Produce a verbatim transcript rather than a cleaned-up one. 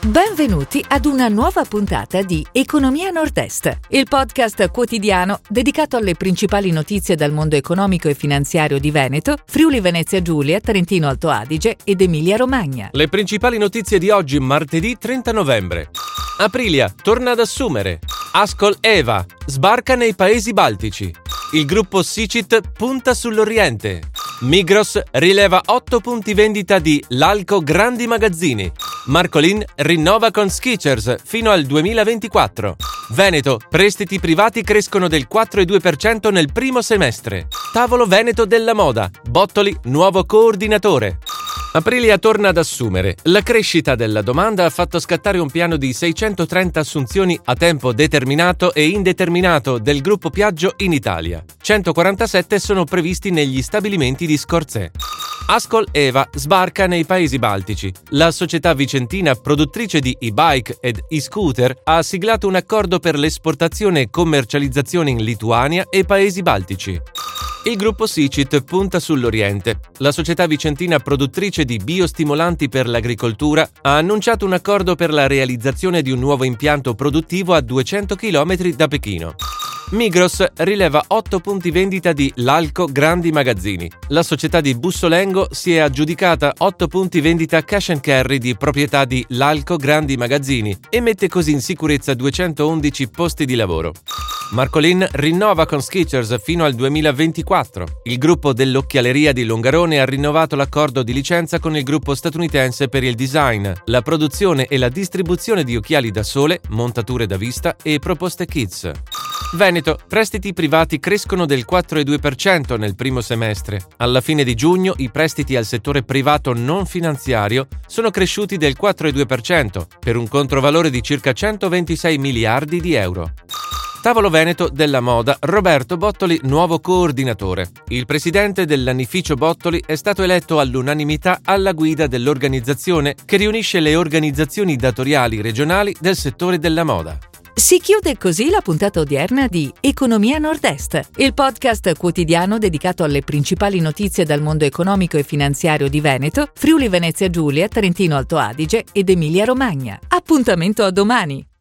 Benvenuti ad una nuova puntata di Economia Nord-Est, il podcast quotidiano dedicato alle principali notizie dal mondo economico e finanziario di Veneto, Friuli Venezia Giulia, Trentino Alto Adige ed Emilia Romagna. Le principali notizie di oggi, martedì trenta novembre. Aprilia torna ad assumere. Ascol Eva sbarca nei paesi baltici. Il gruppo Sicit punta sull'Oriente. Migros rileva otto punti vendita di Lalco Grandi Magazzini. Marcolin rinnova con Skechers fino al duemilaventiquattro. Veneto, prestiti privati crescono del quattro virgola due per cento nel primo semestre. Tavolo Veneto della moda. Bottoli, nuovo coordinatore. Aprilia torna ad assumere. La crescita della domanda ha fatto scattare un piano di seicentotrenta assunzioni a tempo determinato e indeterminato del gruppo Piaggio in Italia. centoquarantasette sono previsti negli stabilimenti di Scorzè. Ascol Eva sbarca nei paesi baltici. La società vicentina produttrice di e-bike ed e-scooter ha siglato un accordo per l'esportazione e commercializzazione in Lituania e paesi baltici. Il gruppo Sicit punta sull'Oriente. La società vicentina produttrice di biostimolanti per l'agricoltura ha annunciato un accordo per la realizzazione di un nuovo impianto produttivo a duecento chilometri da Pechino. Migros rileva otto punti vendita di Lalco Grandi Magazzini. La società di Bussolengo si è aggiudicata otto punti vendita cash and carry di proprietà di Lalco Grandi Magazzini e mette così in sicurezza duecentoundici posti di lavoro. Marcolin rinnova con Skechers fino al duemilaventiquattro. Il gruppo dell'occhialeria di Longarone ha rinnovato l'accordo di licenza con il gruppo statunitense per il design, la produzione e la distribuzione di occhiali da sole, montature da vista e proposte kids. Veneto, prestiti privati crescono del quattro virgola due per cento nel primo semestre. Alla fine di giugno i prestiti al settore privato non finanziario sono cresciuti del quattro virgola due per cento, per un controvalore di circa centoventisei miliardi di euro. Tavolo Veneto della moda, Roberto Bottoli nuovo coordinatore. Il presidente del Lanificio Bottoli è stato eletto all'unanimità alla guida dell'organizzazione che riunisce le organizzazioni datoriali regionali del settore della moda. Si chiude così la puntata odierna di Economia Nord-Est, il podcast quotidiano dedicato alle principali notizie dal mondo economico e finanziario di Veneto, Friuli Venezia Giulia, Trentino Alto Adige ed Emilia Romagna. Appuntamento a domani!